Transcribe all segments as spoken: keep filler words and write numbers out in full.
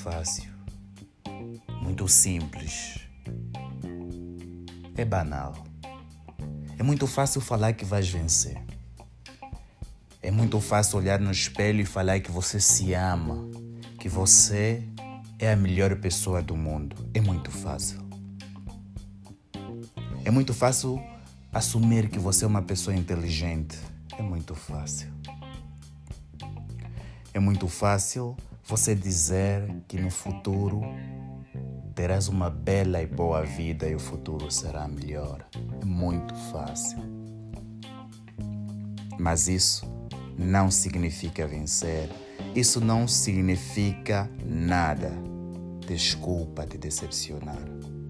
fácil, muito simples, é banal. É muito fácil falar que vais vencer. É muito fácil olhar no espelho e falar que você se ama, que você é a melhor pessoa do mundo. É muito fácil. É muito fácil assumir que você é uma pessoa inteligente. É muito fácil. É muito fácil você dizer que no futuro terás uma bela e boa vida e o futuro será melhor. É muito fácil. Mas isso não significa vencer. Isso não significa nada. Desculpa te decepcionar.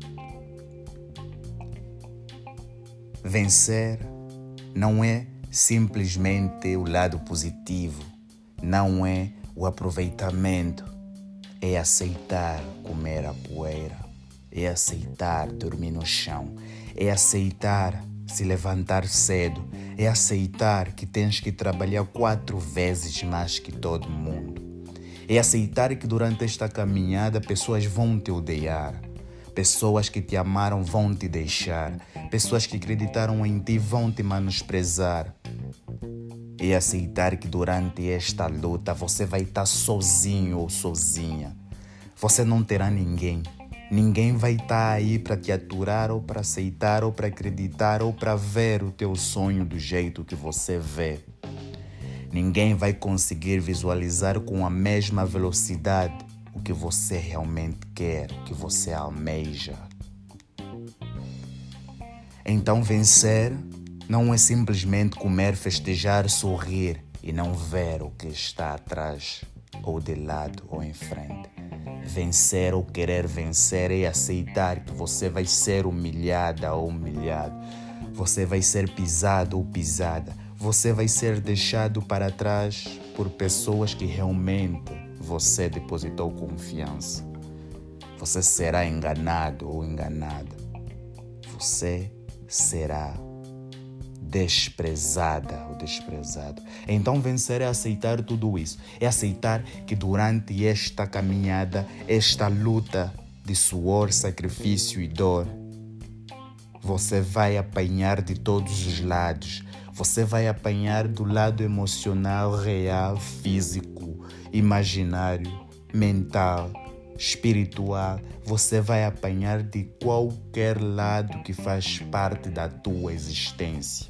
Vencer não é simplesmente o lado positivo. Não é o aproveitamento. É aceitar comer a poeira. É aceitar dormir no chão. É aceitar se levantar cedo. É aceitar que tens que trabalhar quatro vezes mais que todo mundo. É aceitar que durante esta caminhada pessoas vão te odiar. Pessoas que te amaram vão te deixar. Pessoas que acreditaram em ti vão te menosprezar. É aceitar que durante esta luta você vai estar sozinho ou sozinha. Você não terá ninguém. Ninguém vai estar aí para te aturar ou para aceitar ou para acreditar ou para ver o teu sonho do jeito que você vê. Ninguém vai conseguir visualizar com a mesma velocidade o que você realmente quer, o que você almeja. Então vencer não é simplesmente comer, festejar, sorrir e não ver o que está atrás, ou de lado, ou em frente. Vencer ou querer vencer é aceitar que você vai ser humilhada ou humilhado. Você vai ser pisado ou pisada. Você vai ser deixado para trás por pessoas que realmente você depositou confiança. Você será enganado ou enganada. Você será desprezada ou desprezado. Então vencer é aceitar tudo isso. É aceitar que durante esta caminhada, esta luta de suor, sacrifício e dor, você vai apanhar de todos os lados. Você vai apanhar do lado emocional, real, físico, imaginário, mental, espiritual. Você vai apanhar de qualquer lado que faz parte da tua existência.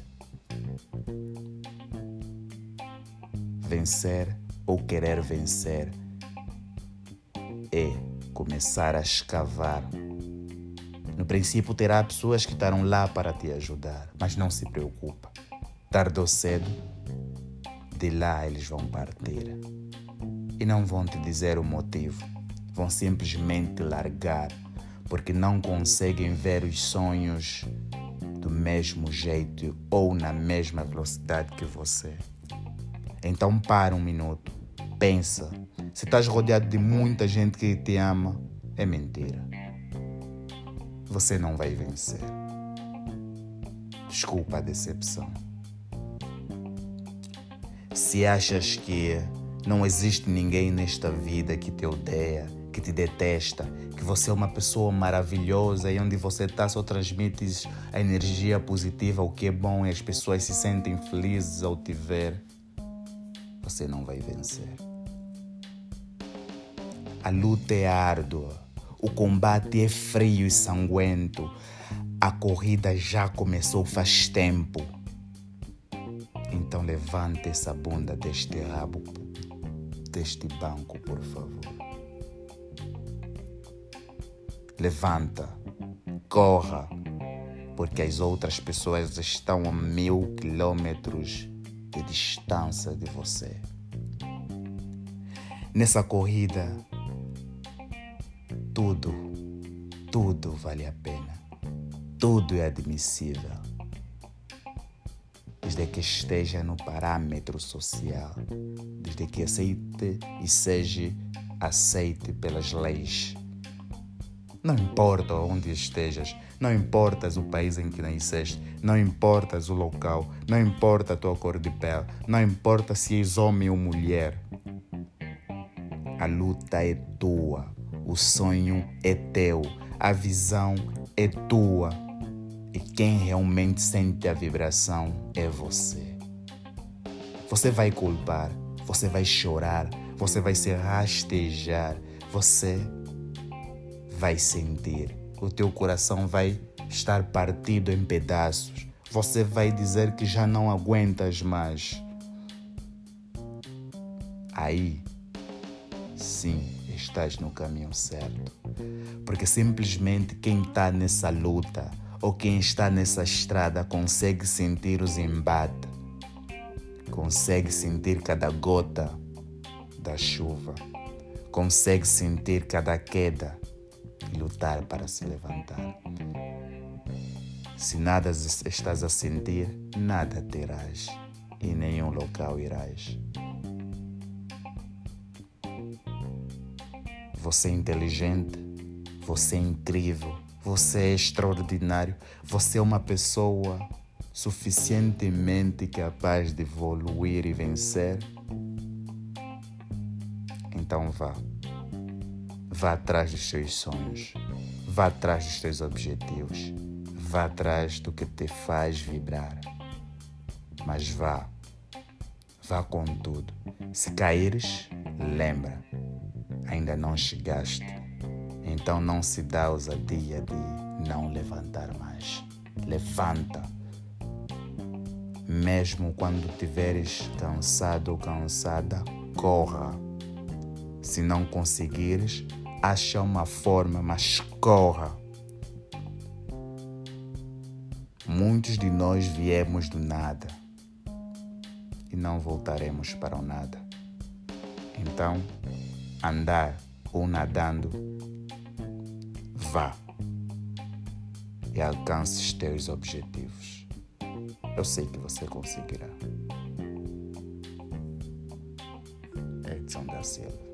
Vencer ou querer vencer é começar a escavar. No princípio terá pessoas que estarão lá para te ajudar, mas não se preocupa. Tarde ou cedo, de lá eles vão partir. E não vão te dizer o motivo. Vão simplesmente largar, porque não conseguem ver os sonhos do mesmo jeito ou na mesma velocidade que você. Então para um minuto, pensa. Se estás rodeado de muita gente que te ama, é mentira. Você não vai vencer. Desculpa a decepção. Se achas que não existe ninguém nesta vida que te odeia, que te detesta, que você é uma pessoa maravilhosa e onde você está só transmites a energia positiva, o que é bom e as pessoas se sentem felizes ao te ver, você não vai vencer. A luta é árdua, o combate é frio e sanguento, a corrida já começou faz tempo. Então levante essa bunda deste rabo, deste banco, por favor. Levanta, corra, porque as outras pessoas estão a mil quilômetros de distância de você. Nessa corrida, tudo, tudo vale a pena. Tudo é admissível. Desde que esteja no parâmetro social, desde que aceite e seja aceite pelas leis. Não importa onde estejas, não importas o país em que nasceste, não importas o local, não importa a tua cor de pele, não importa se és homem ou mulher. A luta é tua, O sonho é teu, a visão é tua. E quem realmente sente a vibração é você. Você vai culpar, você vai chorar, você vai se rastejar, você vai sentir. O teu coração vai estar partido em pedaços. Você vai dizer que já não aguentas mais. Aí, sim, estás no caminho certo. Porque simplesmente quem está nessa luta ou quem está nessa estrada consegue sentir os embates, consegue sentir cada gota da chuva, consegue sentir cada queda e lutar para se levantar. Se nada estás a sentir, nada terás e nenhum local irás. Você é inteligente, você é incrível, você é extraordinário, você é uma pessoa suficientemente capaz de evoluir e vencer. Então vá, vá atrás dos seus sonhos, vá atrás dos teus objetivos, vá atrás do que te faz vibrar. Mas vá, vá com tudo. Se caíres, lembra, ainda não chegaste. Então não se dá a ousadia de não levantar mais. Levanta. Mesmo quando estiveres cansado ou cansada, corra. Se não conseguires, acha uma forma, mas corra. Muitos de nós viemos do nada e não voltaremos para o nada. Então, andar ou nadando, vá e alcance os teus objetivos. Eu sei que você conseguirá. Edson da Silva.